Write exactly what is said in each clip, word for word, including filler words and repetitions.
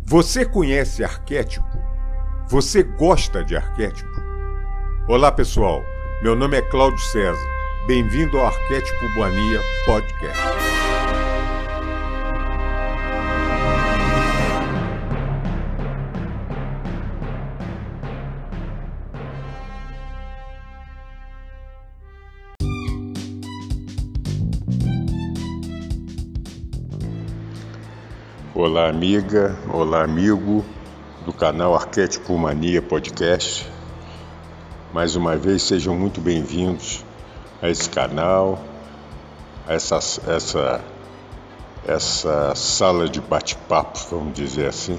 Você conhece arquétipo? Você gosta de arquétipo? Olá pessoal, meu nome é Cláudio César. Bem-vindo ao Arquétipo Mania Podcast. Olá amiga, olá amigo do canal Arquétipo Mania Podcast. Mais uma vez sejam muito bem-vindos a esse canal, a essa, essa, essa sala de bate-papo, vamos dizer assim.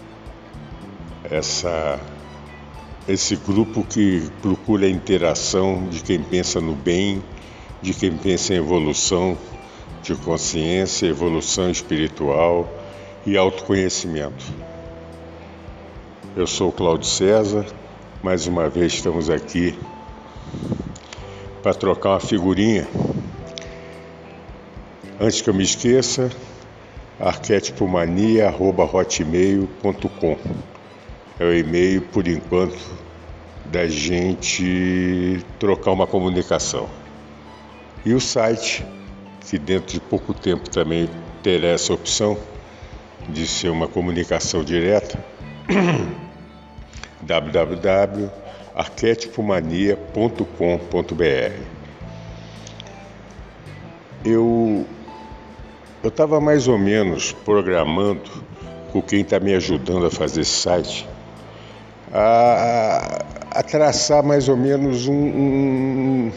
Essa, esse grupo que procura a interação de quem pensa no bem, de quem pensa em evolução de consciência, evolução espiritual e autoconhecimento. Eu sou Cláudio César, mais uma vez estamos aqui para trocar uma figurinha. Antes que eu me esqueça, arquetipomania arroba hotmail ponto com é o e-mail, por enquanto, da gente trocar uma comunicação. E o site, que dentro de pouco tempo também terá essa opção de ser uma comunicação direta, w w w ponto arquetipomania ponto com ponto b r. Eu eu estava mais ou menos programando com quem está me ajudando a fazer esse site a, a traçar mais ou menos um, um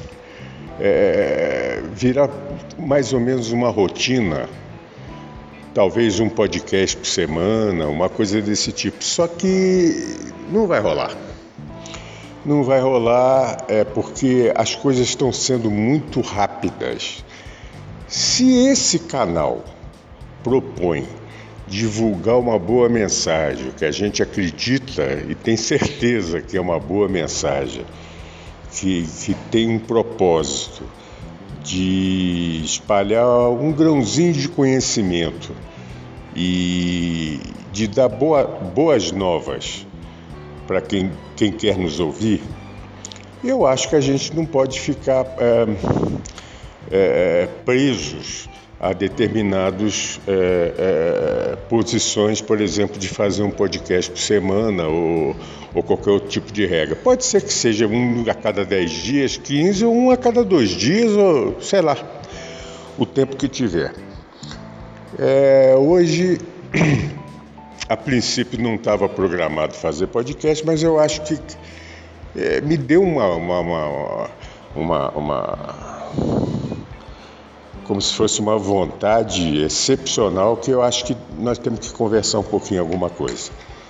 é, virar mais ou menos uma rotina. Talvez um podcast por semana, uma coisa desse tipo. Só que não vai rolar. Não vai rolar é porque as coisas estão sendo muito rápidas. Se esse canal propõe divulgar uma boa mensagem, que a gente acredita e tem certeza que é uma boa mensagem, que, que tem um propósito de espalhar um grãozinho de conhecimento e de dar boa, boas novas para quem, quem quer nos ouvir, eu acho que a gente não pode ficar é, é, presos a determinadas é, é, posições, por exemplo, de fazer um podcast por semana ou, ou qualquer outro tipo de regra. Pode ser que seja um a cada dez dias, quinze, ou um a cada dois dias, ou sei lá, o tempo que tiver. É, hoje, a princípio não estava programado fazer podcast, mas eu acho que é, me deu uma, uma, uma, uma, uma como se fosse uma vontade excepcional, que eu acho que nós temos que conversar um pouquinho alguma coisa.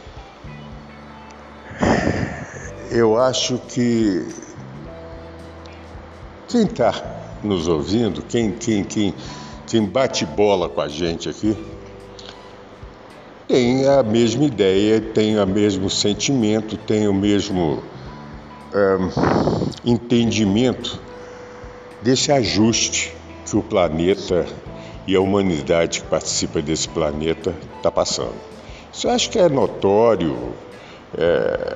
Eu acho que quem está nos ouvindo, quem, quem, quem, quem bate bola com a gente aqui, tem a mesma ideia, tem o mesmo sentimento, tem o mesmo é, entendimento desse ajuste que o planeta e a humanidade que participa desse planeta está passando. Isso eu acho que é notório. É,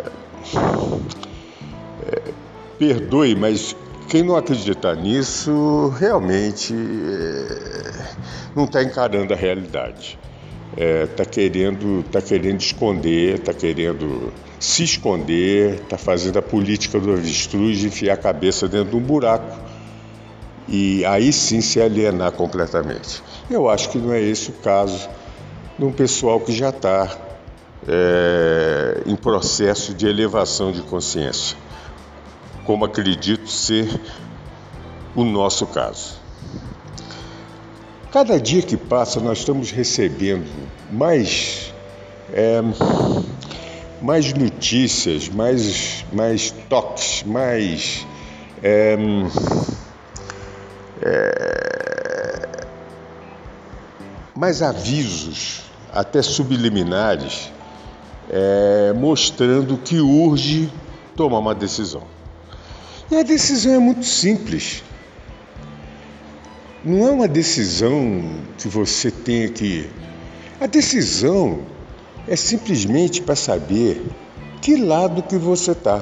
é, perdoe, mas quem não acreditar nisso realmente é, não está encarando a realidade. Está é, querendo, tá querendo esconder, está querendo se esconder, está fazendo a política do avestruz de enfiar a cabeça dentro de um buraco e aí sim se alienar completamente. Eu acho que não é esse o caso de um pessoal que já está é, em processo de elevação de consciência, como acredito ser o nosso caso. Cada dia que passa nós estamos recebendo mais, é, mais notícias, mais, mais toques, mais... É, É, mais avisos, até subliminares, é, mostrando que urge tomar uma decisão. E a decisão é muito simples. Não é uma decisão que você tenha que... A decisão é simplesmente para saber que lado que você está.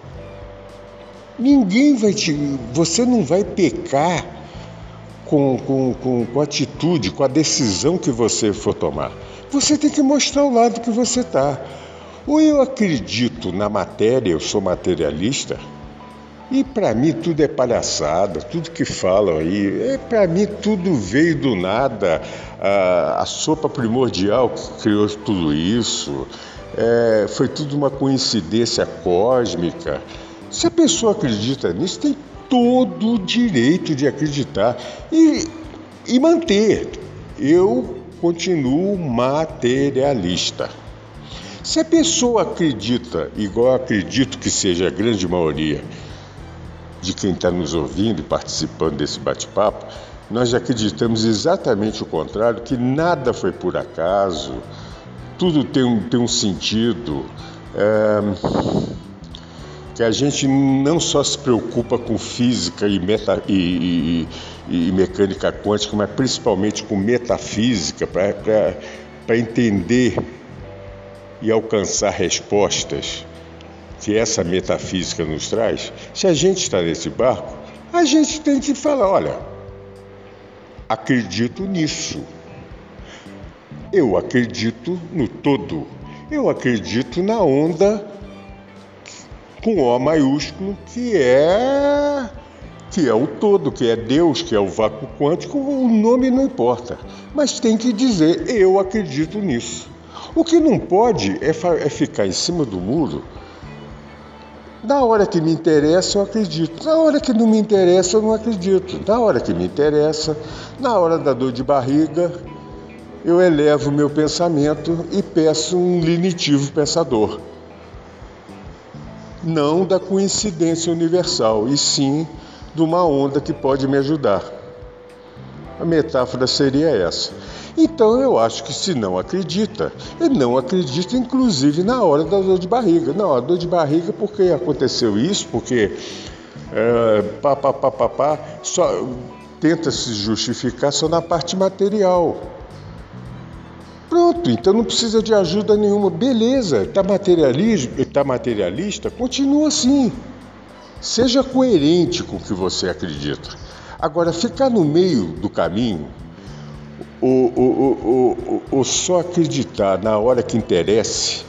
Ninguém vai te... Você não vai pecar com, com, com, com a atitude, com a decisão que você for tomar. Você tem que mostrar o lado que você está. Ou eu acredito na matéria, eu sou materialista, e para mim tudo é palhaçada, tudo que falam aí, é, para mim tudo veio do nada, a, a sopa primordial que criou tudo isso, é, foi tudo uma coincidência cósmica. Se a pessoa acredita nisso, tem todo o direito de acreditar e, e manter. Eu continuo materialista. Se a pessoa acredita, igual eu acredito que seja a grande maioria de quem está nos ouvindo e participando desse bate-papo, nós acreditamos exatamente o contrário, que nada foi por acaso, tudo tem um, tem um sentido, é, que a gente não só se preocupa com física e, meta, e, e, e mecânica quântica, mas principalmente com metafísica, para entender e alcançar respostas que essa metafísica nos traz. Se a gente está nesse barco, a gente tem que falar, olha, acredito nisso. Eu acredito no todo. Eu acredito na onda com O maiúsculo, que é, que é o todo, que é Deus, que é o vácuo quântico, o nome não importa. Mas tem que dizer, eu acredito nisso. O que não pode é, é ficar em cima do muro. Na hora que me interessa, eu acredito. Na hora que não me interessa, eu não acredito. Na hora que me interessa, na hora da dor de barriga, eu elevo o meu pensamento e peço um lenitivo pensador. Não da coincidência universal, e sim de uma onda que pode me ajudar. A metáfora seria essa. Então eu acho que se não acredita, ele não acredita inclusive na hora da dor de barriga. Na hora da dor de barriga, porque aconteceu isso, porque é, pá, pá, pá, pá, pá, só tenta se justificar só na parte material. Pronto, então não precisa de ajuda nenhuma. Beleza, está materialista, tá materialista, continua assim. Seja coerente com o que você acredita. Agora, ficar no meio do caminho, ou, ou, ou, ou só acreditar na hora que interesse,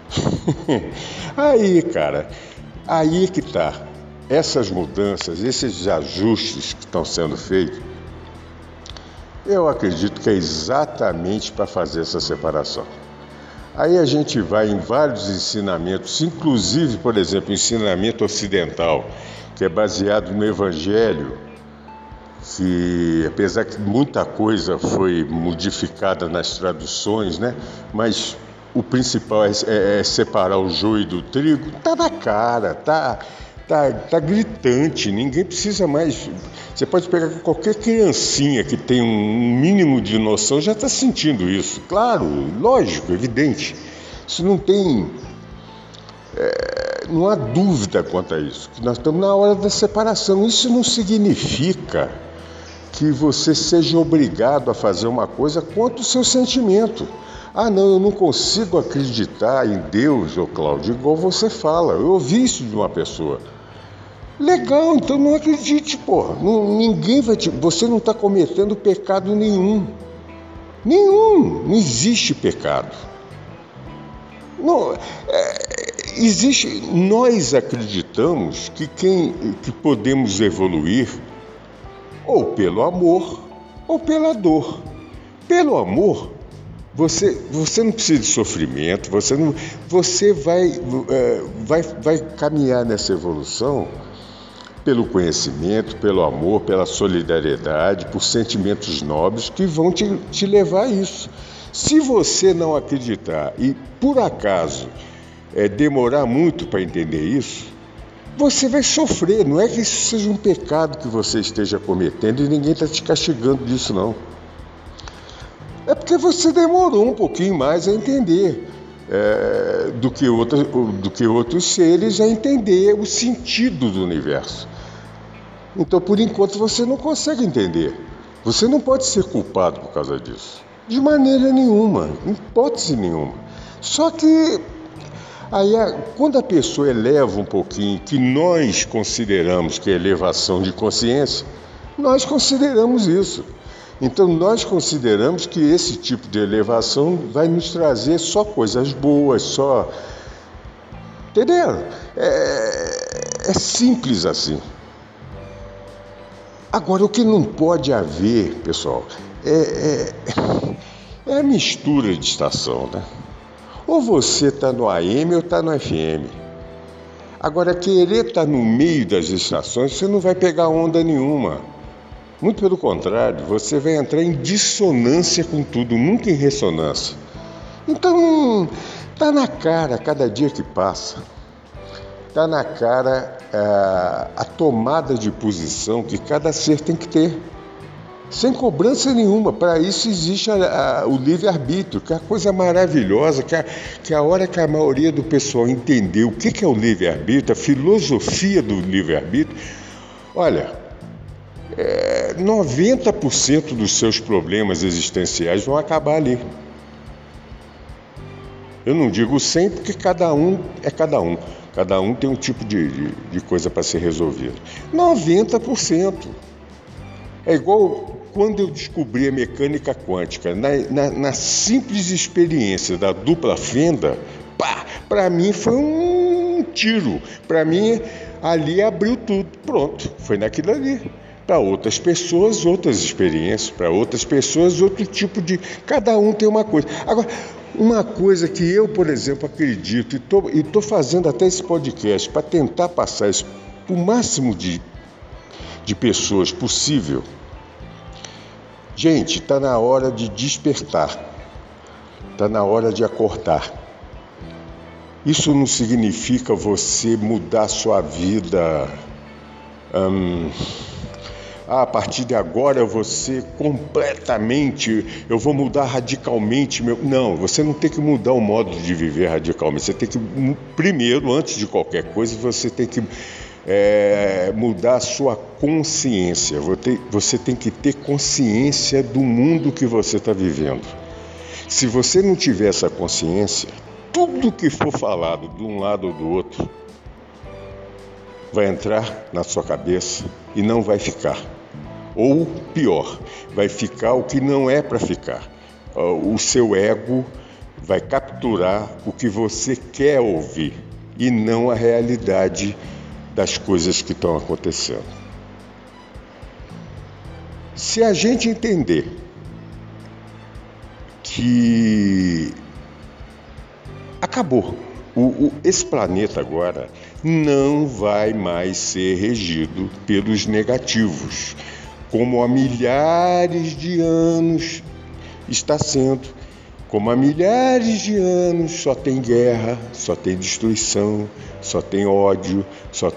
aí, cara, aí que tá. Essas mudanças, esses ajustes que estão sendo feitos, eu acredito que é exatamente para fazer essa separação. Aí a gente vai em vários ensinamentos, inclusive, por exemplo, o ensinamento ocidental, que é baseado no Evangelho, que apesar que muita coisa foi modificada nas traduções, né? Mas o principal é, é, é separar o joio do trigo. Tá na cara, tá, tá, tá gritante, ninguém precisa mais. Você pode pegar qualquer criancinha que tem um mínimo de noção, já está sentindo isso. Claro, lógico, evidente. Isso não tem... É, não há dúvida quanto a isso. Nós estamos na hora da separação. Isso não significa que você seja obrigado a fazer uma coisa contra o seu sentimento. Ah, não, eu não consigo acreditar em Deus, ô Cláudio, igual você fala. Eu ouvi isso de uma pessoa. Legal, então não acredite, porra. Não, ninguém vai te... Você não está cometendo pecado nenhum. Nenhum. Não existe pecado. Não, é, existe... Nós acreditamos que, quem, que podemos evoluir ou pelo amor ou pela dor. Pelo amor, você, você não precisa de sofrimento, você, não, você vai, é, vai, vai caminhar nessa evolução pelo conhecimento, pelo amor, pela solidariedade, por sentimentos nobres que vão te, te levar a isso. Se você não acreditar e, por acaso, é, demorar muito para entender isso, você vai sofrer. Não é que isso seja um pecado que você esteja cometendo e ninguém está te castigando disso, não. É porque você demorou um pouquinho mais a entender é, do, que outra, do que outros seres a entender o sentido do universo. Então, por enquanto, você não consegue entender. Você não pode ser culpado por causa disso. De maneira nenhuma, em hipótese nenhuma. Só que aí, quando a pessoa eleva um pouquinho, que nós consideramos que é elevação de consciência, nós consideramos isso. Então, nós consideramos que esse tipo de elevação vai nos trazer só coisas boas, só... Entendeu? É, é simples assim. Agora, o que não pode haver, pessoal, é, é, é a mistura de estação, né? Ou você está no A M ou está no F M. Agora, querer estar no meio das estações, você não vai pegar onda nenhuma. Muito pelo contrário, você vai entrar em dissonância com tudo, nunca em ressonância. Então, está na cara, cada dia que passa, está na cara a, a tomada de posição que cada ser tem que ter. Sem cobrança nenhuma. Para isso existe a, a, o livre-arbítrio, que é a coisa maravilhosa, que a, que a hora que a maioria do pessoal entendeu o que, que é o livre-arbítrio, a filosofia do livre-arbítrio, olha, é, noventa por cento dos seus problemas existenciais vão acabar ali. Eu não digo cem porque cada um é cada um. Cada um tem um tipo de, de, de coisa para ser resolvida. noventa por cento. É igual quando eu descobri a mecânica quântica, na, na, na simples experiência da dupla fenda, pá, para mim foi um tiro. Para mim, ali abriu tudo. Pronto, foi naquilo ali. Para outras pessoas, outras experiências. Para outras pessoas, outro tipo de... Cada um tem uma coisa. Agora, uma coisa que eu, por exemplo, acredito, e estou fazendo até esse podcast para tentar passar isso para o máximo de, de pessoas possível. Gente, está na hora de despertar, está na hora de acordar. Isso não significa você mudar sua vida, hum, ah, a partir de agora você completamente, eu vou mudar radicalmente. Meu... Não, você não tem que mudar o modo de viver radicalmente. Você tem que, primeiro, antes de qualquer coisa, você tem que É, mudar a sua consciência. Você tem que ter consciência do mundo que você está vivendo. Se você não tiver essa consciência, tudo que for falado de um lado ou do outro vai entrar na sua cabeça e não vai ficar. Ou pior, vai ficar o que não é para ficar. O seu ego vai capturar o que você quer ouvir e não a realidade das coisas que estão acontecendo. Se a gente entender que acabou, o, o, esse planeta agora não vai mais ser regido pelos negativos, como há milhares de anos está sendo. Como há milhares de anos só tem guerra, só tem destruição, só tem ódio, só...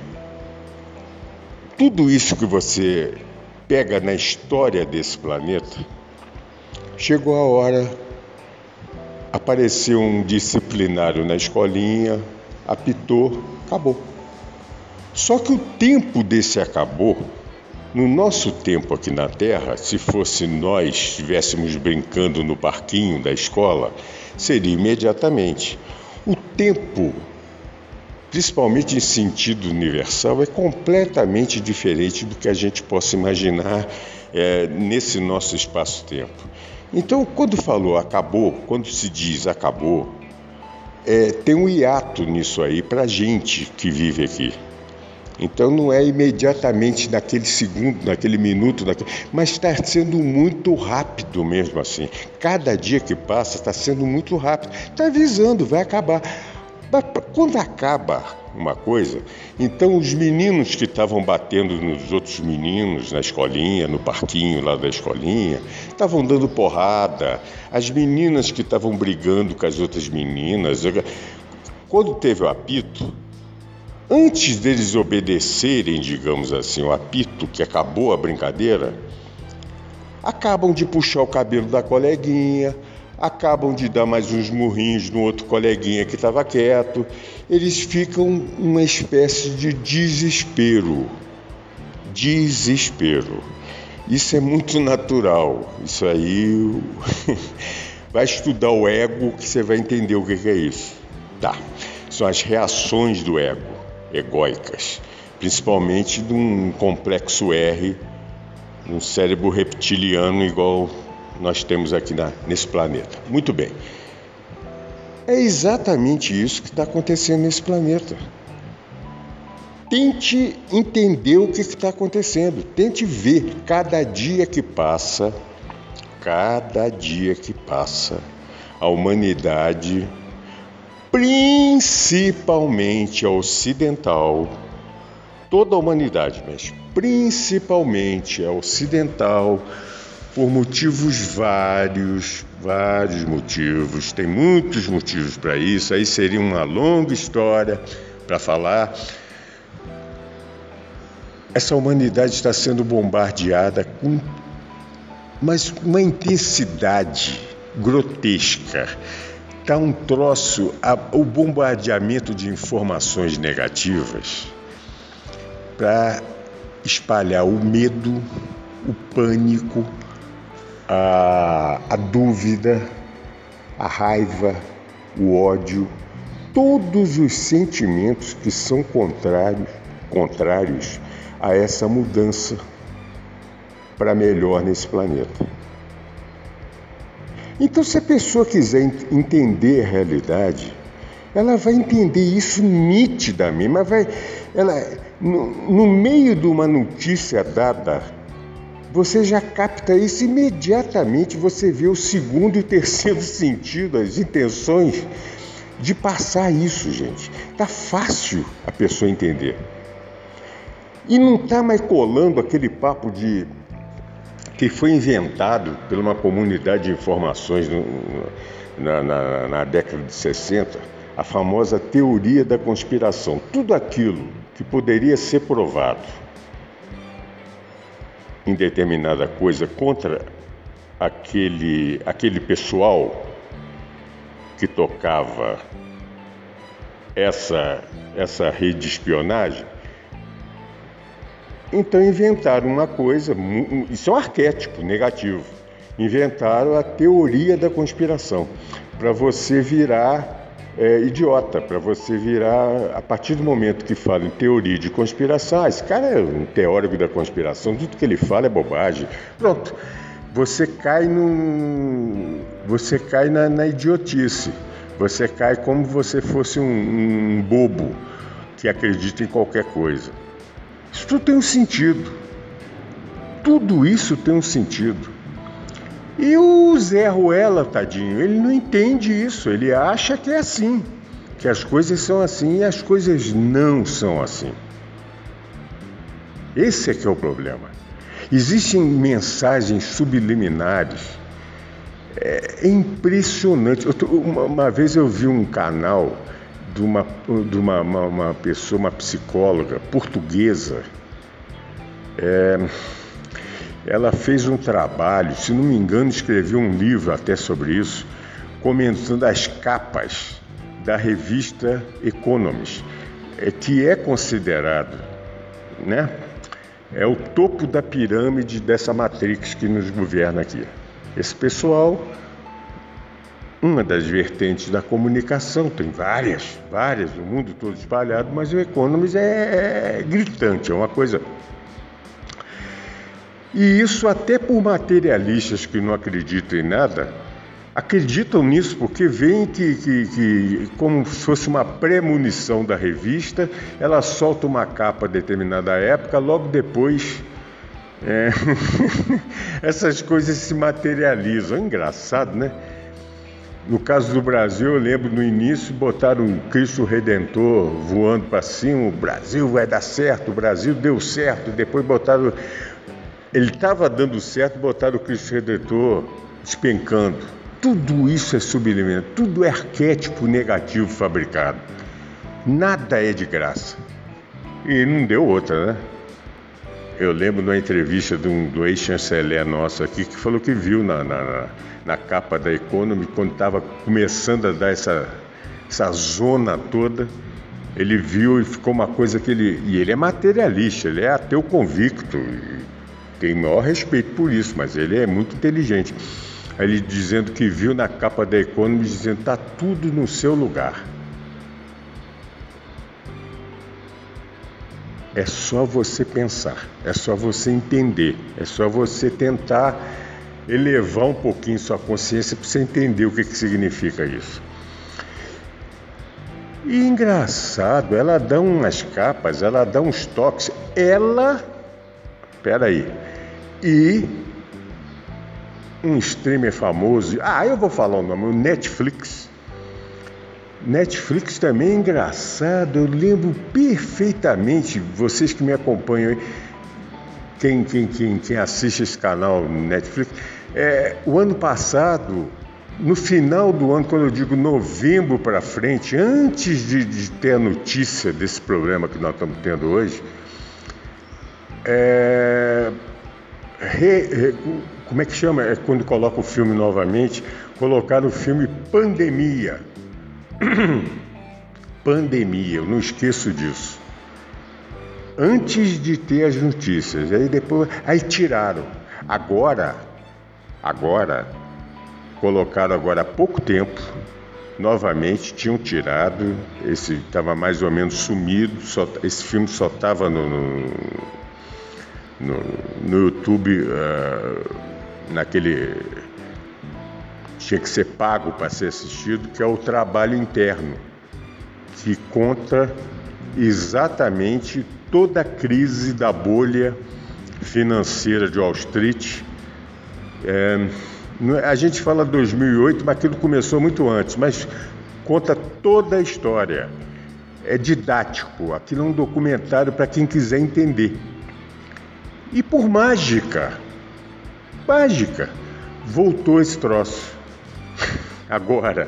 Tudo isso que você pega na história desse planeta, chegou a hora, apareceu um disciplinário na escolinha, apitou, acabou. Só que o tempo desse acabou, no nosso tempo aqui na Terra, se fosse nós estivéssemos brincando no parquinho da escola, seria imediatamente. O tempo, principalmente em sentido universal, é completamente diferente do que a gente possa imaginar é, nesse nosso espaço-tempo. Então, quando falou acabou, quando se diz acabou, é, tem um hiato nisso aí para a gente que vive aqui. Então não é imediatamente naquele segundo, naquele minuto, naquele... mas está sendo muito rápido mesmo assim. Cada dia que passa está sendo muito rápido. Está avisando, vai acabar. Mas quando acaba uma coisa, então os meninos que estavam batendo nos outros meninos na escolinha, no parquinho lá da escolinha, estavam dando porrada. As meninas que estavam brigando com as outras meninas. Quando teve o apito, antes deles obedecerem, digamos assim, o apito que acabou a brincadeira, acabam de puxar o cabelo da coleguinha, acabam de dar mais uns murrinhos no outro coleguinha que estava quieto. Eles ficam uma espécie de desespero. Desespero. Isso é muito natural. Isso aí Vai estudar o ego que você vai entender o que é isso. Tá. São as reações do ego, egóicas, principalmente de um complexo R, um cérebro reptiliano igual nós temos aqui na, nesse planeta. Muito bem. É exatamente isso que está acontecendo nesse planeta. Tente entender o que está acontecendo. Tente ver cada dia que passa, cada dia que passa, a humanidade, principalmente a ocidental, toda a humanidade, mas principalmente a ocidental, por motivos vários, vários motivos, tem muitos motivos para isso, aí seria uma longa história para falar. Essa humanidade está sendo bombardeada com mas uma intensidade grotesca. Está um troço, a, o bombardeamento de informações negativas para espalhar o medo, o pânico, a, a dúvida, a raiva, o ódio, todos os sentimentos que são contrários, contrários a essa mudança para melhor nesse planeta. Então, se a pessoa quiser entender a realidade, ela vai entender isso nitidamente, mas vai, ela, no, no meio de uma notícia dada, você já capta isso imediatamente, você vê o segundo e o terceiro sentido, as intenções de passar isso, gente. Tá fácil a pessoa entender. E não está mais colando aquele papo de que foi inventado por uma comunidade de informações no, na, na, na década de sessenta, a famosa teoria da conspiração. Tudo aquilo que poderia ser provado em determinada coisa contra aquele, aquele pessoal que tocava essa, essa rede de espionagem. Então inventaram uma coisa, isso é um arquétipo negativo, inventaram a teoria da conspiração, para você virar é, idiota, para você virar, a partir do momento que fala em teoria de conspiração, ah, esse cara é um teórico da conspiração, tudo que ele fala é bobagem, pronto, você cai, num, você cai na, na idiotice, você cai como se você fosse um, um bobo que acredita em qualquer coisa. Isso tudo tem um sentido. Tudo isso tem um sentido. E o Zé Ruela, tadinho, ele não entende isso. Ele acha que é assim, que as coisas são assim e as coisas não são assim. Esse é que é o problema. Existem mensagens subliminares. É impressionante. Eu tô, uma, uma vez eu vi um canal de uma, de uma, uma, uma pessoa, uma psicóloga portuguesa. É, ela fez um trabalho, se não me engano, escreveu um livro até sobre isso, comentando as capas da revista Economist, é, que é considerado, né, é o topo da pirâmide dessa matrix que nos governa aqui. Esse pessoal, uma das vertentes da comunicação, tem várias, várias, o mundo todo espalhado, mas o Economist é, é gritante, é uma coisa... E isso até por materialistas que não acreditam em nada, acreditam nisso porque veem que, que, que como se fosse uma premonição da revista, ela solta uma capa a determinada época, logo depois... É... essas coisas se materializam, é engraçado, né? No caso do Brasil, eu lembro no início, botaram o Cristo Redentor voando para cima, o Brasil vai dar certo, o Brasil deu certo, depois botaram, ele estava dando certo, botaram o Cristo Redentor despencando. Tudo isso é subliminar, tudo é arquétipo negativo fabricado, nada é de graça. E não deu outra, né? Eu lembro de uma entrevista de um, do ex-chanceler nosso aqui que falou que viu na, na, na capa da Economy, quando estava começando a dar essa, essa zona toda, ele viu e ficou uma coisa que ele... E ele é materialista, ele é ateu convicto, e tem maior respeito por isso, mas ele é muito inteligente. ele dizendo que viu na capa da Economist, dizendo está tudo no seu lugar. É só você pensar, é só você entender, é só você tentar elevar um pouquinho sua consciência para você entender o que, que significa isso. E engraçado, ela dá umas capas, ela dá uns toques, ela, peraí, e um streamer famoso, ah, eu vou falar o nome, o Netflix. Netflix também é engraçado, eu lembro perfeitamente, vocês que me acompanham, quem, quem, quem, quem assiste esse canal Netflix, é, o ano passado, no final do ano, quando eu digo novembro para frente, antes de, de ter a notícia desse problema que nós estamos tendo hoje, é, re, re, como é que chama? É quando coloca o filme novamente, colocaram o filme Pandemia. Pandemia, eu não esqueço disso. Antes de ter as notícias, aí depois, aí tiraram. Agora, agora, colocaram agora há pouco tempo, novamente, tinham tirado, esse estava mais ou menos sumido, só, esse filme só estava no, no, no, no YouTube, uh, naquele... tinha que ser pago para ser assistido, que é o Trabalho Interno, que conta exatamente toda a crise da bolha financeira de Wall Street. É, a gente fala dois mil e oito, mas aquilo começou muito antes, mas conta toda a história. É didático, aquilo é um documentário para quem quiser entender. E por mágica, mágica, voltou esse troço. Agora,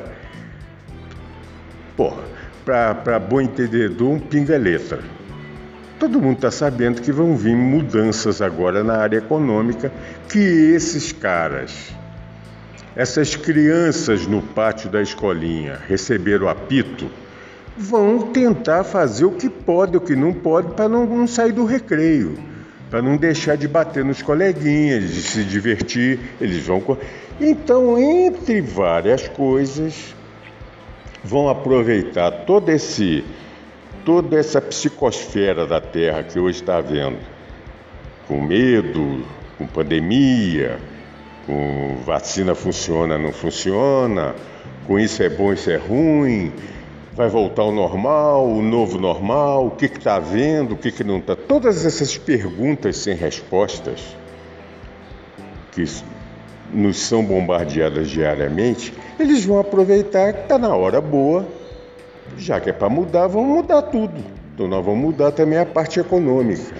pô, para bom entendedor, um pinga letra. Todo mundo está sabendo que vão vir mudanças agora na área econômica, que esses caras, essas crianças no pátio da escolinha receberam apito, vão tentar fazer o que pode, o que não pode, para não, não sair do recreio, para não deixar de bater nos coleguinhas, de se divertir. Eles vão... Então, entre várias coisas, vão aproveitar todo esse, toda essa psicosfera da Terra que hoje está havendo, com medo, com pandemia, com vacina funciona, não funciona, com isso é bom, isso é ruim, vai voltar ao normal, o novo normal, o que está havendo, o que, que não está. Todas essas perguntas sem respostas que nos são bombardeadas diariamente, eles vão aproveitar que está na hora boa, já que é para mudar, vamos mudar tudo. Então nós vamos mudar também a parte econômica.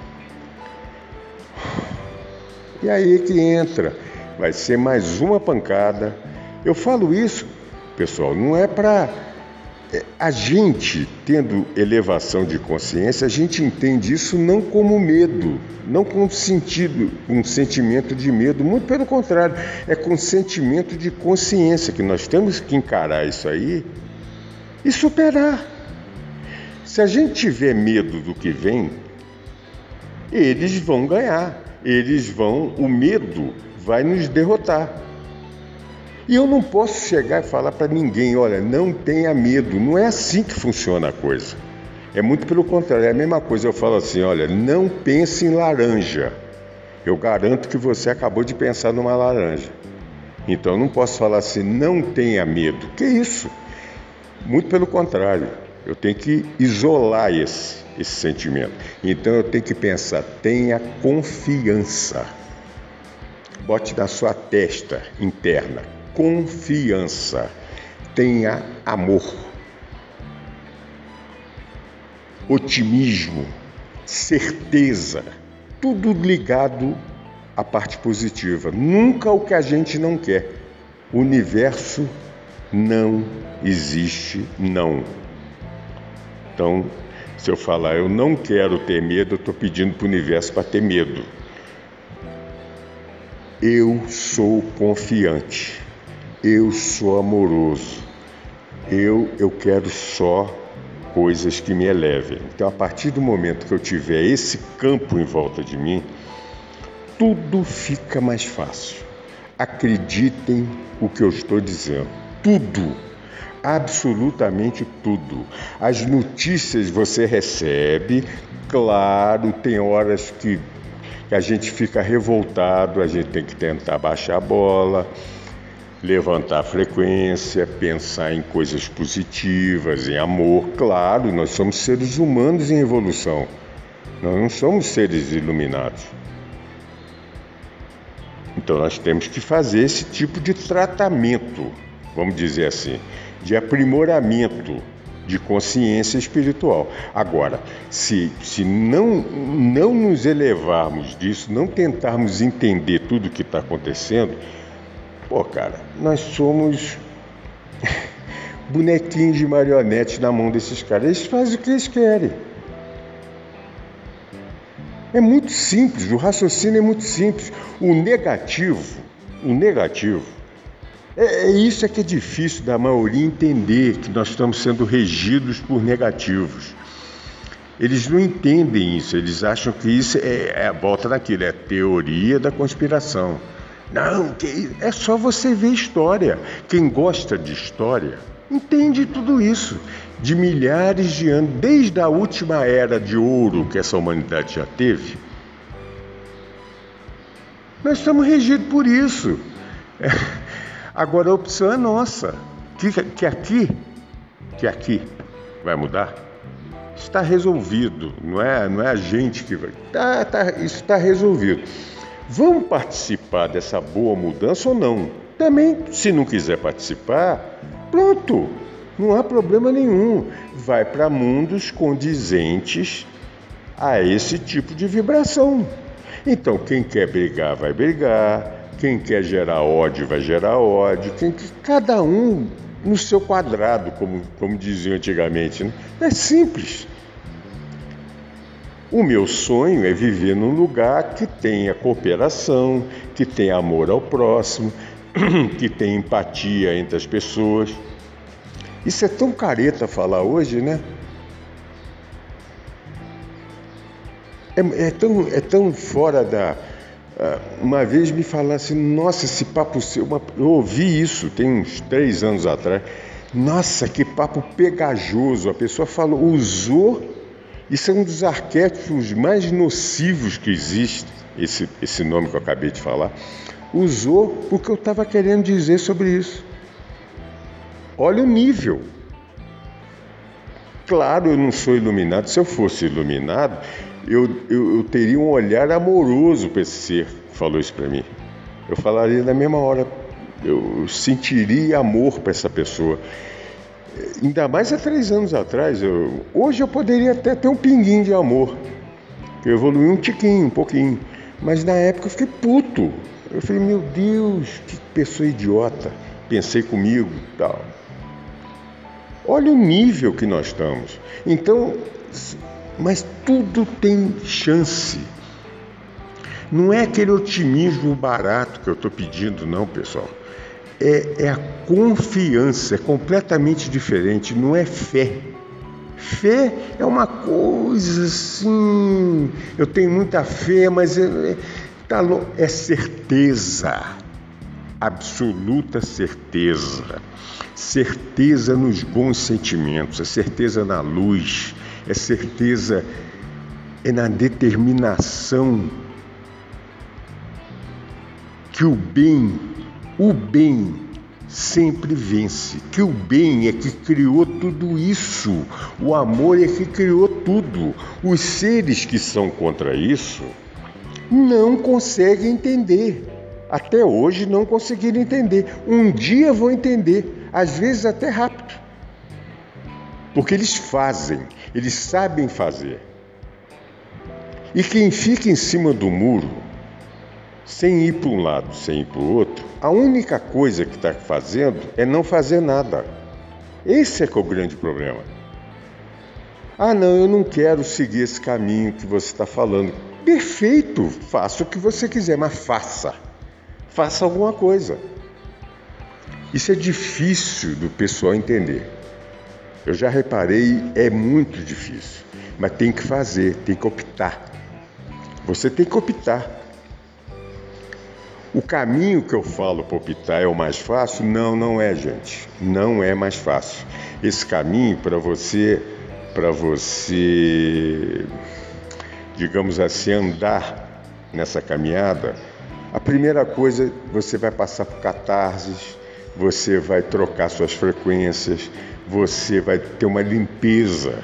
E aí que entra, vai ser mais uma pancada. Eu falo isso, pessoal, não é para... A gente, tendo elevação de consciência, a gente entende isso não como medo, não com sentido, um sentimento de medo, muito pelo contrário, é com sentimento de consciência que nós temos que encarar isso aí e superar. Se a gente tiver medo do que vem, eles vão ganhar, eles vão, o medo vai nos derrotar. E eu não posso chegar e falar para ninguém, olha, não tenha medo. Não é assim que funciona a coisa. É muito pelo contrário, é a mesma coisa. Eu falo assim, olha, não pense em laranja. Eu garanto que você acabou de pensar numa laranja. Então eu não posso falar assim, não tenha medo. Que isso? Muito pelo contrário. Eu tenho que isolar esse, esse sentimento. Então eu tenho que pensar, tenha confiança. Bote na sua testa interna. Confiança, tenha amor, otimismo, certeza, tudo ligado à parte positiva, nunca o que a gente não quer. O universo não existe, não. Então, se eu falar eu não quero ter medo, eu estou pedindo para o universo para ter medo. Eu sou confiante. Eu sou amoroso, eu, eu quero só coisas que me elevem. Então, a partir do momento que eu tiver esse campo em volta de mim, tudo fica mais fácil. Acreditem o que eu estou dizendo. Tudo, absolutamente tudo. As notícias você recebe, claro, tem horas que, que a gente fica revoltado, a gente tem que tentar baixar a bola, levantar a frequência, pensar em coisas positivas, em amor. Claro, nós somos seres humanos em evolução. Nós não somos seres iluminados. Então nós temos que fazer esse tipo de tratamento, vamos dizer assim, de aprimoramento de consciência espiritual. Agora, se, se não, não nos elevarmos disso, não tentarmos entender tudo o que está acontecendo, pô, cara, nós somos bonequinhos de marionete na mão desses caras. Eles fazem o que eles querem. É muito simples, o raciocínio é muito simples. O negativo, o negativo, é, é isso é que é difícil da maioria entender, que nós estamos sendo regidos por negativos. Eles não entendem isso, eles acham que isso é, é a volta daquilo, é a teoria da conspiração. Não, que, é só você ver história. Quem gosta de história entende tudo isso. De milhares de anos, desde a última era de ouro que essa humanidade já teve, nós estamos regidos por isso. É. Agora a opção é nossa. Que, que aqui, que aqui vai mudar, está resolvido. Não é, não é a gente que vai. Tá, tá, isso está resolvido. Vamos participar dessa boa mudança ou não? Também, se não quiser participar, pronto. Não há problema nenhum. Vai para mundos condizentes a esse tipo de vibração. Então, quem quer brigar, vai brigar. Quem quer gerar ódio, vai gerar ódio. Quem, cada um no seu quadrado, como, como diziam antigamente, né? É simples. O meu sonho é viver num lugar que tenha cooperação, que tenha amor ao próximo, que tenha empatia entre as pessoas. Isso é tão careta falar hoje, né? É, é, tão, é tão fora da... Uh, uma vez me falaram assim, nossa, esse papo seu... Uma, eu ouvi isso, tem uns três anos atrás. Nossa, que papo pegajoso. A pessoa falou, usou... Isso é um dos arquétipos mais nocivos que existe, esse, esse nome que eu acabei de falar. Usou o que eu estava querendo dizer sobre isso. Olha o nível. Claro, eu não sou iluminado. Se eu fosse iluminado, eu, eu, eu teria um olhar amoroso para esse ser que falou isso para mim. Eu falaria na mesma hora, eu sentiria amor para essa pessoa. Ainda mais há três anos atrás. Eu, hoje eu poderia até ter um pinguinho de amor. Eu evolui um tiquinho, um pouquinho. Mas na época eu fiquei puto. Eu falei, meu Deus, que pessoa idiota. Pensei comigo e tal. Olha o nível que nós estamos. Então, mas tudo tem chance. Não é aquele otimismo barato que eu estou pedindo, não, pessoal. É, é a confiança, é completamente diferente, não é fé. Fé é uma coisa assim, eu tenho muita fé, mas é, tá, é certeza, absoluta certeza. Certeza nos bons sentimentos, é certeza na luz, é certeza é na determinação que o bem, o bem sempre vence, que o bem é que criou tudo isso, o amor é que criou tudo. Os seres que são contra isso não conseguem entender. Até hoje não conseguiram entender. Um dia vão entender, às vezes até rápido. Porque eles fazem, eles sabem fazer. E quem fica em cima do muro, sem ir para um lado, sem ir para o outro, a única coisa que está fazendo é não fazer nada. Esse é que é o grande problema. Ah, não, eu não quero seguir esse caminho que você está falando. Perfeito, faça o que você quiser, mas faça. Faça alguma coisa. Isso é difícil do pessoal entender. Eu já reparei, é muito difícil. Mas tem que fazer, tem que optar. Você tem que optar. O caminho que eu falo para optar é o mais fácil? Não, não é, gente. Não é mais fácil. Esse caminho para você, para você, digamos assim, andar nessa caminhada, a primeira coisa, você vai passar por catarses, você vai trocar suas frequências, você vai ter uma limpeza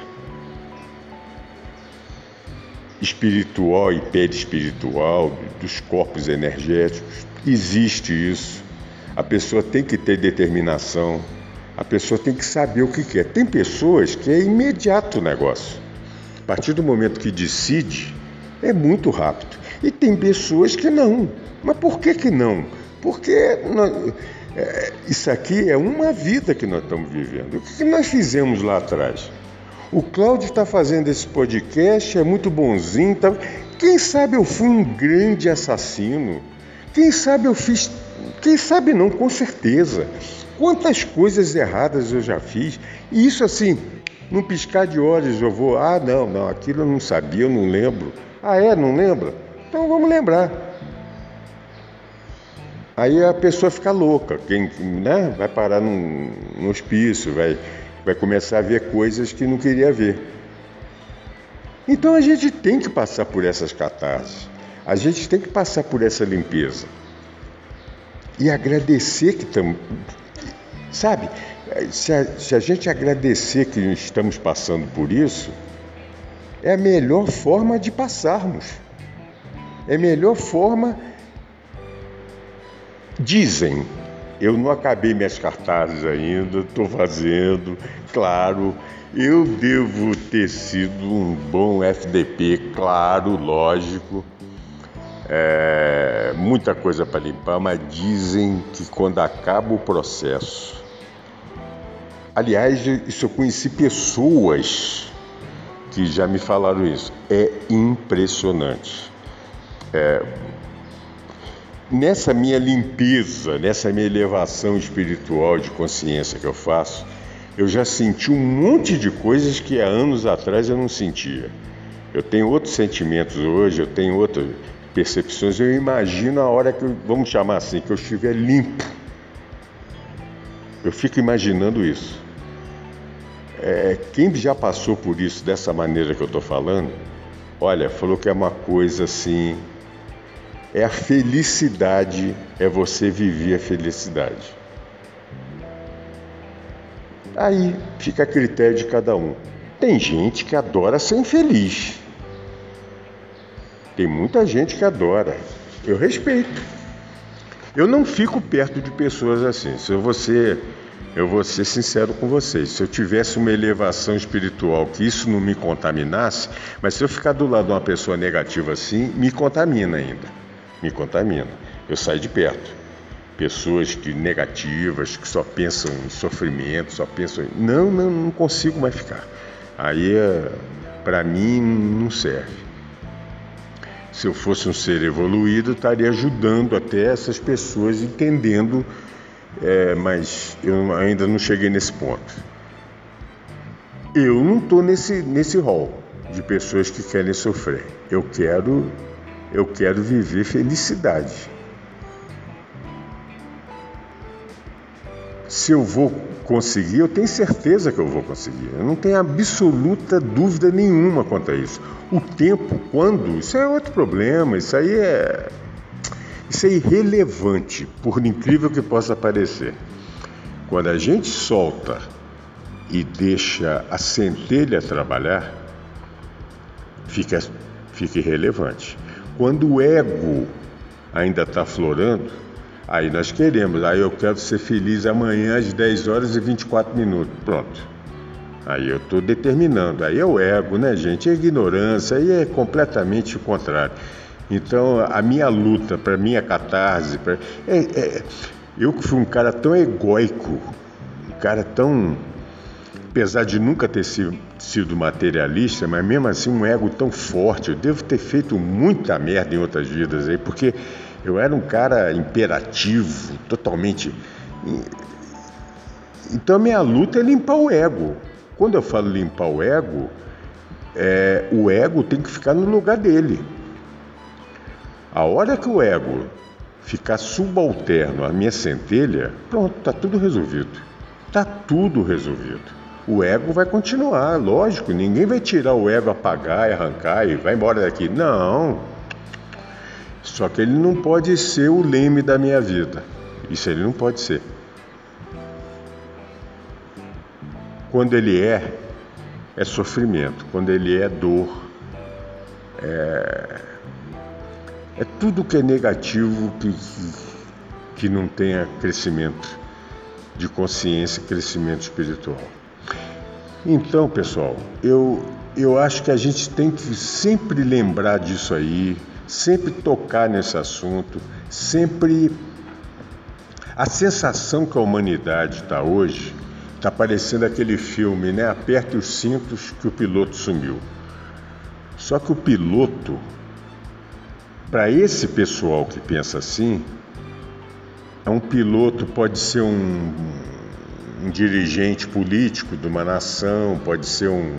espiritual e perispiritual dos corpos energéticos. Existe isso. A pessoa tem que ter determinação, a pessoa tem que saber o que quer. Tem pessoas que é imediato o negócio. A partir do momento que decide, é muito rápido. E tem pessoas que não. Mas por que que não? Porque nós, é, isso aqui é uma vida que nós estamos vivendo. O que nós fizemos lá atrás? O Cláudio está fazendo esse podcast, é muito bonzinho. Tá... Quem sabe eu fui um grande assassino? Quem sabe eu fiz... Quem sabe não, com certeza. Quantas coisas erradas eu já fiz. E isso assim, num piscar de olhos eu vou... Ah, não, não, aquilo eu não sabia, eu não lembro. Ah, é? Não lembra? Então vamos lembrar. Aí a pessoa fica louca, quem, né? Vai parar num, num hospício, vai... vai começar a ver coisas que não queria ver. Então a gente tem que passar por essas catarses, a gente tem que passar por essa limpeza e agradecer que estamos, sabe, se a, se a gente agradecer que estamos passando por isso, é a melhor forma de passarmos, é a melhor forma. Dizem, eu não acabei minhas cartazes ainda, estou fazendo, claro, eu devo ter sido um bom F D P, claro, lógico, é, muita coisa para limpar, mas dizem que quando acaba o processo, aliás, isso eu conheci pessoas que já me falaram isso, é impressionante, é, nessa minha limpeza, nessa minha elevação espiritual de consciência que eu faço, eu já senti um monte de coisas que há anos atrás eu não sentia. Eu tenho outros sentimentos hoje, eu tenho outras percepções, eu imagino a hora que, eu, vamos chamar assim, que eu estiver limpo. Eu fico imaginando isso. É, quem já passou por isso dessa maneira que eu estou falando, olha, falou que é uma coisa assim... É a felicidade, é você viver a felicidade. Aí fica a critério de cada um. Tem gente que adora ser infeliz. Tem muita gente que adora. Eu respeito. Eu não fico perto de pessoas assim. Se eu vou ser, eu vou ser sincero com vocês. Se eu tivesse uma elevação espiritual que isso não me contaminasse, mas se eu ficar do lado de uma pessoa negativa assim, me contamina ainda. Me contamina. Eu saio de perto. Pessoas que negativas, que só pensam em sofrimento, só pensam em... Não, não, não consigo mais ficar. Aí, para mim, não serve. Se eu fosse um ser evoluído, eu estaria ajudando até essas pessoas, entendendo, é, mas eu ainda não cheguei nesse ponto. Eu não estou nesse, nesse rol de pessoas que querem sofrer. Eu quero... Eu quero viver felicidade. Se eu vou conseguir, eu tenho certeza que eu vou conseguir. Eu não tenho absoluta dúvida nenhuma quanto a isso. O tempo, quando, isso é outro problema. Isso aí é, isso é irrelevante, por incrível que possa parecer. Quando a gente solta e deixa a centelha trabalhar, fica, fica irrelevante. Quando o ego ainda está aflorando, aí nós queremos, aí eu quero ser feliz amanhã às dez horas e vinte e quatro minutos, pronto. Aí eu estou determinando, aí é o ego, né, gente? É ignorância, aí é completamente o contrário. Então, a minha luta, para minha catarse, pra, é, é, eu que fui um cara tão egóico, um cara tão... Apesar de nunca ter sido, sido materialista, mas mesmo assim um ego tão forte, eu devo ter feito muita merda em outras vidas aí, porque eu era um cara imperativo, totalmente... Então a minha luta é limpar o ego. Quando eu falo limpar o ego, é, o ego tem que ficar no lugar dele. A hora que o ego ficar subalterno à minha centelha, pronto, está tudo resolvido. Está tudo resolvido. O ego vai continuar, lógico, ninguém vai tirar o ego, apagar e arrancar e vai embora daqui. Não. Só que ele não pode ser o leme da minha vida. Isso ele não pode ser. Quando ele é, é sofrimento. Quando ele é dor, é, é tudo que é negativo que, que, que não tenha crescimento de consciência e crescimento espiritual. Então, pessoal, eu, eu acho que a gente tem que sempre lembrar disso aí, sempre tocar nesse assunto, sempre... A sensação que a humanidade está hoje, está parecendo aquele filme, né? Aperte os cintos que o piloto sumiu. Só que o piloto, para esse pessoal que pensa assim, é um piloto, pode ser um, um dirigente político de uma nação, pode ser um...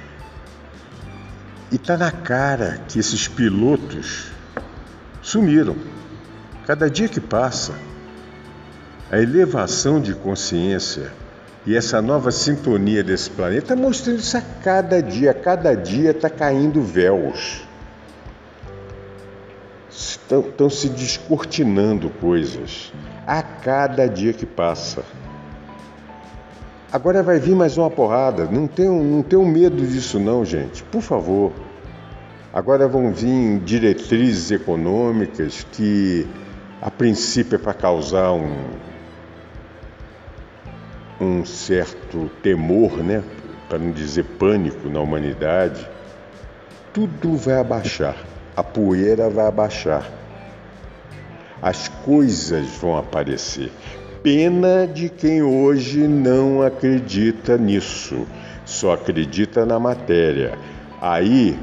E está na cara que esses pilotos sumiram. Cada dia que passa, a elevação de consciência e essa nova sintonia desse planeta está mostrando isso a cada dia. A cada dia está caindo véus. Estão, estão se descortinando coisas a cada dia que passa. Agora vai vir mais uma porrada. Não tenham, não tenham medo disso não, gente. Por favor. Agora vão vir diretrizes econômicas que, a princípio, é para causar um... um certo temor, né? Para não dizer pânico na humanidade. Tudo vai abaixar, a poeira vai abaixar, as coisas vão aparecer. Pena de quem hoje não acredita nisso, só acredita na matéria. Aí,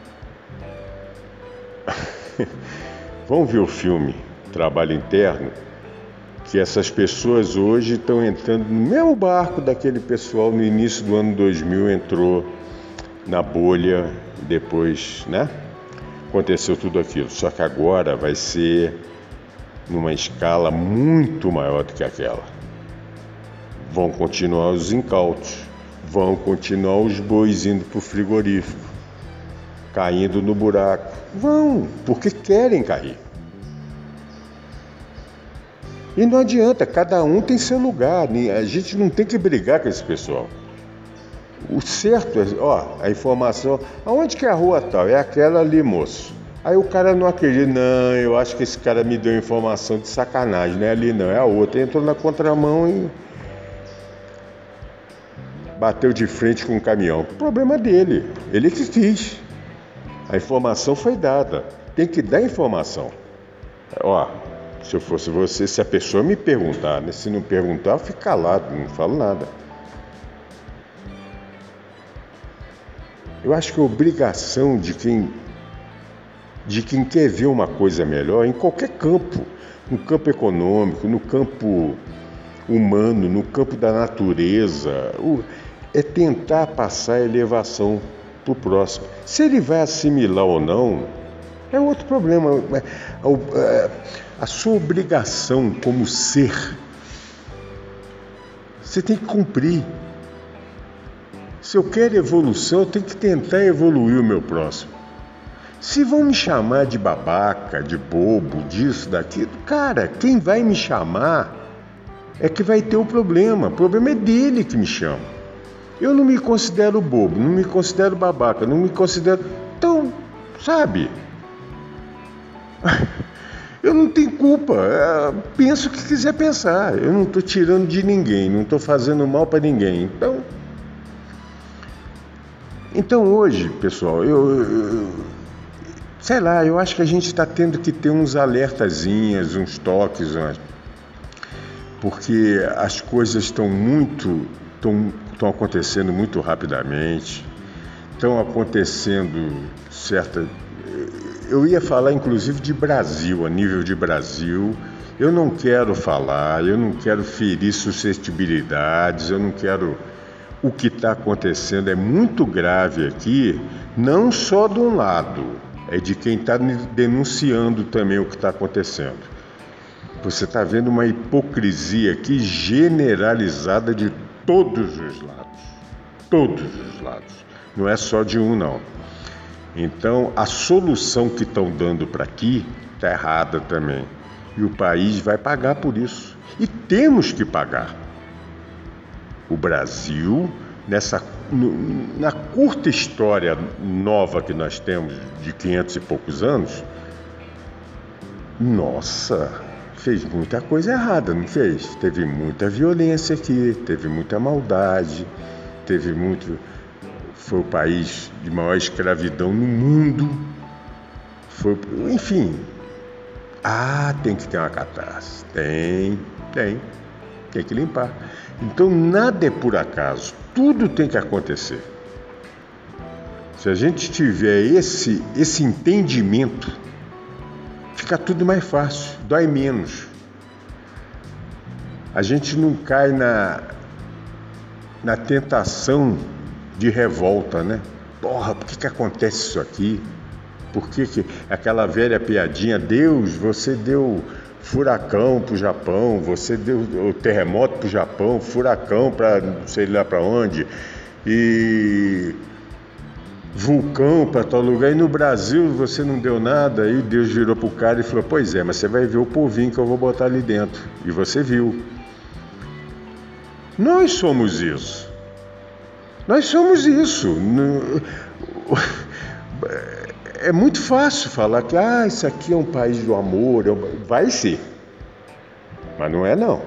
vamos ver o filme Trabalho Interno, que essas pessoas hoje estão entrando no mesmo barco daquele pessoal no início do ano dois mil entrou na bolha, depois, né? Aconteceu tudo aquilo. Só que agora vai ser numa escala muito maior do que aquela. Vão continuar os incautos, vão continuar os bois indo para o frigorífico, caindo no buraco. Vão, porque querem cair. E não adianta, cada um tem seu lugar, a gente não tem que brigar com esse pessoal. O certo é, ó, a informação, aonde que é a rua tal? É aquela ali, moço. Aí o cara não acredita, não, eu acho que esse cara me deu informação de sacanagem, não é ali não, é a outra. Entrou na contramão e bateu de frente com um caminhão. O problema dele, ele que quis. A informação foi dada, tem que dar informação. Ó, se eu fosse você, se a pessoa me perguntar, né? Se não perguntar, eu fico calado, não falo nada. Eu acho que a obrigação de quem, de quem quer ver uma coisa melhor, em qualquer campo, no campo econômico, no campo humano, no campo da natureza, é tentar passar a elevação para o próximo. Se ele vai assimilar ou não, é outro problema. A sua obrigação como ser, você tem que cumprir. Se eu quero evolução, eu tenho que tentar evoluir o meu próximo. Se vão me chamar de babaca, de bobo, disso, daquilo, cara, quem vai me chamar é que vai ter o problema. O problema é dele que me chama. Eu não me considero bobo, não me considero babaca, não me considero... Então, sabe... Eu não tenho culpa, eu penso o que quiser pensar, eu não estou tirando de ninguém, não estou fazendo mal para ninguém. Então, então hoje, pessoal, eu, eu sei lá, eu acho que a gente está tendo que ter uns alertazinhos, uns toques, umas, porque as coisas estão muito, estão, estão acontecendo muito rapidamente, estão acontecendo certa... Eu ia falar, inclusive, de Brasil, a nível de Brasil. Eu não quero falar, eu não quero ferir suscetibilidades, eu não quero... O que está acontecendo é muito grave aqui, não só de um lado, é de quem está denunciando também o que está acontecendo. Você está vendo uma hipocrisia aqui generalizada de todos os lados. Todos os lados. Não é só de um, não. Então, a solução que estão dando para aqui está errada também. E o país vai pagar por isso. E temos que pagar. O Brasil, nessa, na curta história nova que nós temos, de quinhentos e poucos anos, nossa, fez muita coisa errada, não fez? Teve muita violência aqui, teve muita maldade, teve muito... Foi o país de maior escravidão no mundo. Foi, enfim. Ah, tem que ter uma catástrofe. Tem, tem. Tem que limpar. Então, nada é por acaso. Tudo tem que acontecer. Se a gente tiver esse, esse entendimento, fica tudo mais fácil, dói menos. A gente não cai na, na tentação de revolta, né? Porra, por que que acontece isso aqui? Por que que... Aquela velha piadinha, Deus, você deu furacão pro Japão, você deu o terremoto pro Japão, furacão para não sei lá para onde, e vulcão para tal lugar, e no Brasil você não deu nada. Aí Deus virou pro cara e falou, pois é, mas você vai ver o povinho que eu vou botar ali dentro. E você viu. Nós somos isso. Nós somos isso. É muito fácil falar que ah, isso aqui é um país do amor. Vai ser. Mas não é, não.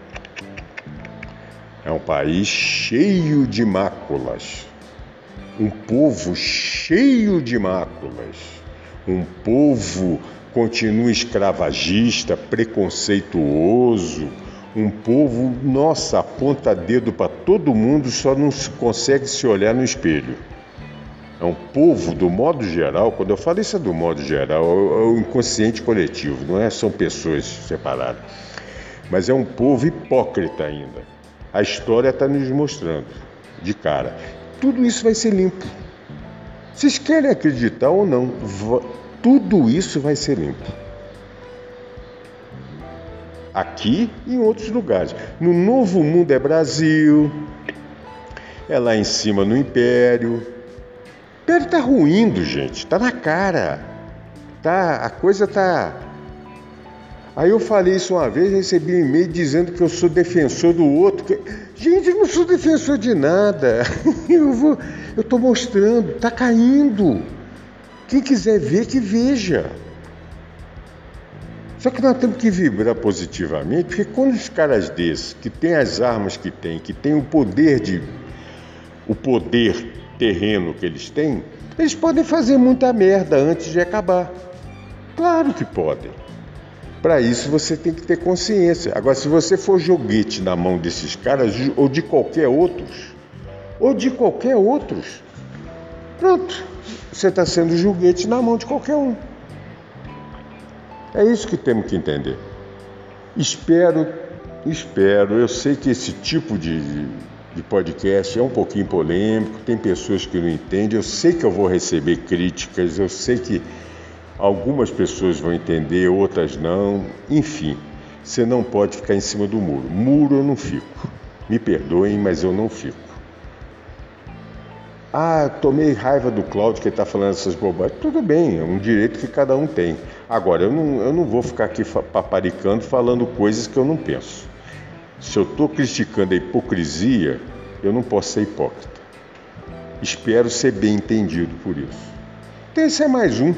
É um país cheio de máculas. Um povo cheio de máculas. Um povo continua escravagista, preconceituoso. Um povo, nossa, aponta dedo para todo mundo, só não consegue se olhar no espelho. É um povo, do modo geral, quando eu falo isso é do modo geral, é o inconsciente coletivo, não é, são pessoas separadas. Mas é um povo hipócrita ainda. A história está nos mostrando, de cara. Tudo isso vai ser limpo. Vocês querem acreditar ou não, tudo isso vai ser limpo. Aqui e em outros lugares. No Novo Mundo é Brasil, é lá em cima no Império. O Império está ruindo, gente, está na cara. Tá, a coisa está... Aí eu falei isso uma vez, recebi um e-mail dizendo que eu sou defensor do outro. Que... Gente, eu não sou defensor de nada. Eu vou, eu estou mostrando, está caindo. Quem quiser ver, que veja. Só que nós temos que vibrar positivamente, porque quando os caras desses, que têm as armas que têm, que têm o poder de, o poder terreno que eles têm, eles podem fazer muita merda antes de acabar. Claro que podem. Para isso você tem que ter consciência. Agora, se você for joguete na mão desses caras, ou de qualquer outros, ou de qualquer outros, pronto, você está sendo joguete na mão de qualquer um. É isso que temos que entender. Espero, espero, eu sei que esse tipo de, de podcast é um pouquinho polêmico, tem pessoas que não entendem, eu sei que eu vou receber críticas, eu sei que algumas pessoas vão entender, outras não, enfim, você não pode ficar em cima do muro. Muro eu não fico, me perdoem, mas eu não fico. Ah, tomei raiva do Cláudio que ele está falando essas bobagens. Tudo bem, é um direito que cada um tem. Agora, eu não, eu não vou ficar aqui paparicando, falando coisas que eu não penso. Se eu estou criticando a hipocrisia, eu não posso ser hipócrita. Espero ser bem entendido por isso. Então, esse é mais um.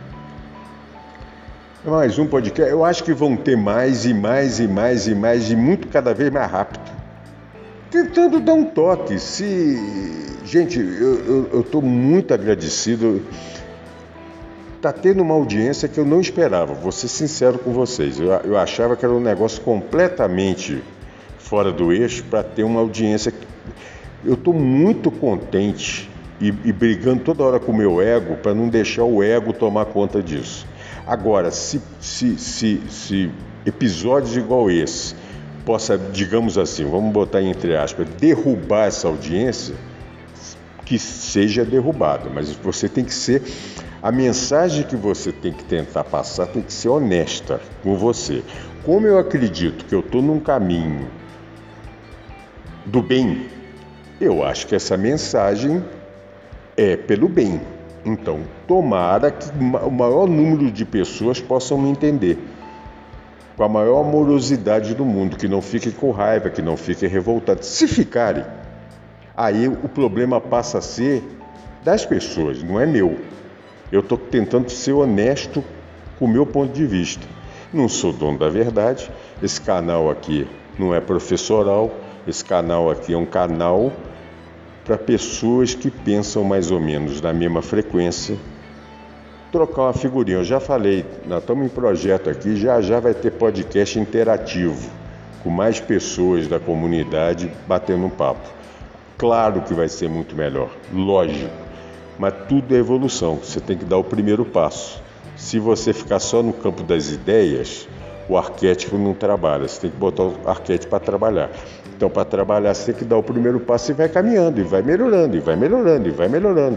É mais um podcast. Eu acho que vão ter mais e mais e mais e mais e muito cada vez mais rápido. Tentando dar um toque. Se... Gente, eu estou muito agradecido. Está tendo uma audiência que eu não esperava, vou ser sincero com vocês. Eu, eu achava que era um negócio completamente fora do eixo para ter uma audiência. Eu estou muito contente e, e brigando toda hora com o meu ego para não deixar o ego tomar conta disso. Agora, se, se, se, se episódios igual esse possa, digamos assim, vamos botar entre aspas, derrubar essa audiência, que seja derrubada, mas você tem que ser, a mensagem que você tem que tentar passar tem que ser honesta com você. como eu acredito que eu estou num caminho do bem, eu acho que essa mensagem é pelo bem. Então, tomara que o maior número de pessoas possam me entender com a maior amorosidade do mundo, que não fiquem com raiva, que não fiquem revoltados. Se ficarem, aí o problema passa a ser das pessoas, não é meu. Eu estou tentando ser honesto com o meu ponto de vista. Não sou dono da verdade, esse canal aqui não é professoral, esse canal aqui é um canal para pessoas que pensam mais ou menos na mesma frequência, trocar uma figurinha. Eu já falei, nós estamos em projeto aqui, já já vai ter podcast interativo, com mais pessoas da comunidade batendo um papo. Claro que vai ser muito melhor, lógico, mas tudo é evolução, você tem que dar o primeiro passo. Se você ficar só no campo das ideias, o arquétipo não trabalha, você tem que botar o arquétipo para trabalhar. Então, para trabalhar, você tem que dar o primeiro passo e vai caminhando, e vai melhorando, e vai melhorando, e vai melhorando.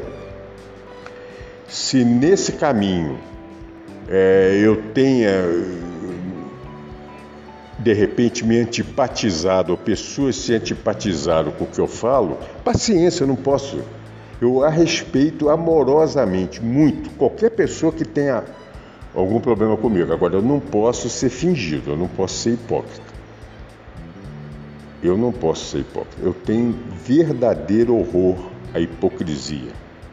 Se nesse caminho é, eu tenha, de repente, me antipatizado, ou pessoas se antipatizaram com o que eu falo, paciência, eu não posso. Eu a respeito amorosamente, muito, qualquer pessoa que tenha algum problema comigo. Agora, eu não posso ser fingido, eu não posso ser hipócrita. Eu não posso ser hipócrita. Eu tenho verdadeiro horror à hipocrisia.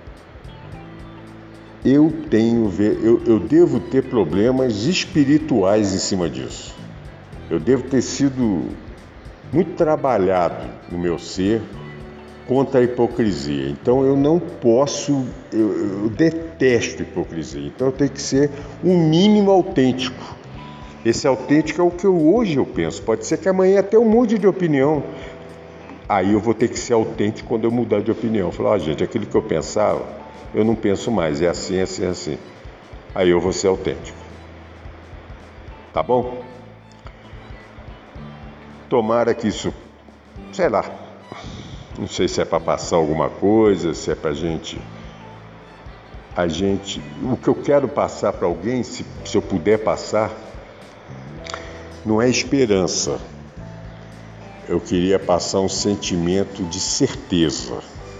Eu tenho, eu, eu devo ter problemas espirituais em cima disso. Eu devo ter sido muito trabalhado no meu ser contra a hipocrisia. Então eu não posso, eu, eu detesto hipocrisia. Então eu tenho que ser um mínimo autêntico. Esse autêntico é o que eu, hoje eu penso. Pode ser que amanhã até um monte de opinião. Aí eu vou ter que ser autêntico quando eu mudar de opinião. Falar, ó, gente, aquilo que eu pensava, eu não penso mais. É assim, é assim, é assim. Aí eu vou ser autêntico. Tá bom? Tomara que isso, sei lá, não sei se é para passar alguma coisa, se é pra gente... A gente... O que eu quero passar para alguém, se, se eu puder passar, não é esperança. Eu queria passar um sentimento de certeza.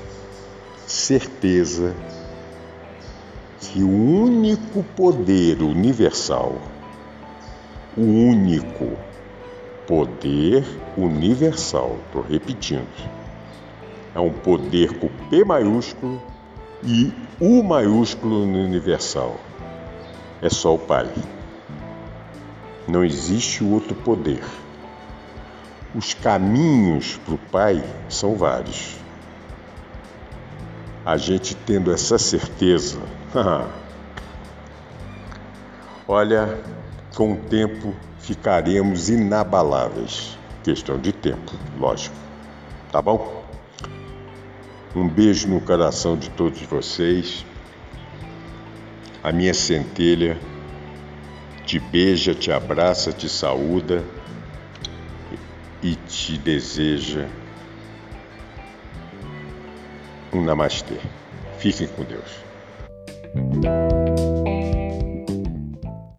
Certeza que o único poder universal, o único poder universal, estou repetindo, é um poder com P maiúsculo e U maiúsculo no universal. É só o Pai. Não existe outro poder. Os caminhos para o Pai são vários. A gente tendo essa certeza, olha, com o tempo ficaremos inabaláveis. Questão de tempo, lógico. Tá bom? Um beijo no coração de todos vocês. A minha centelha te beija, te abraça, te saúda e te deseja um namastê. Fiquem com Deus.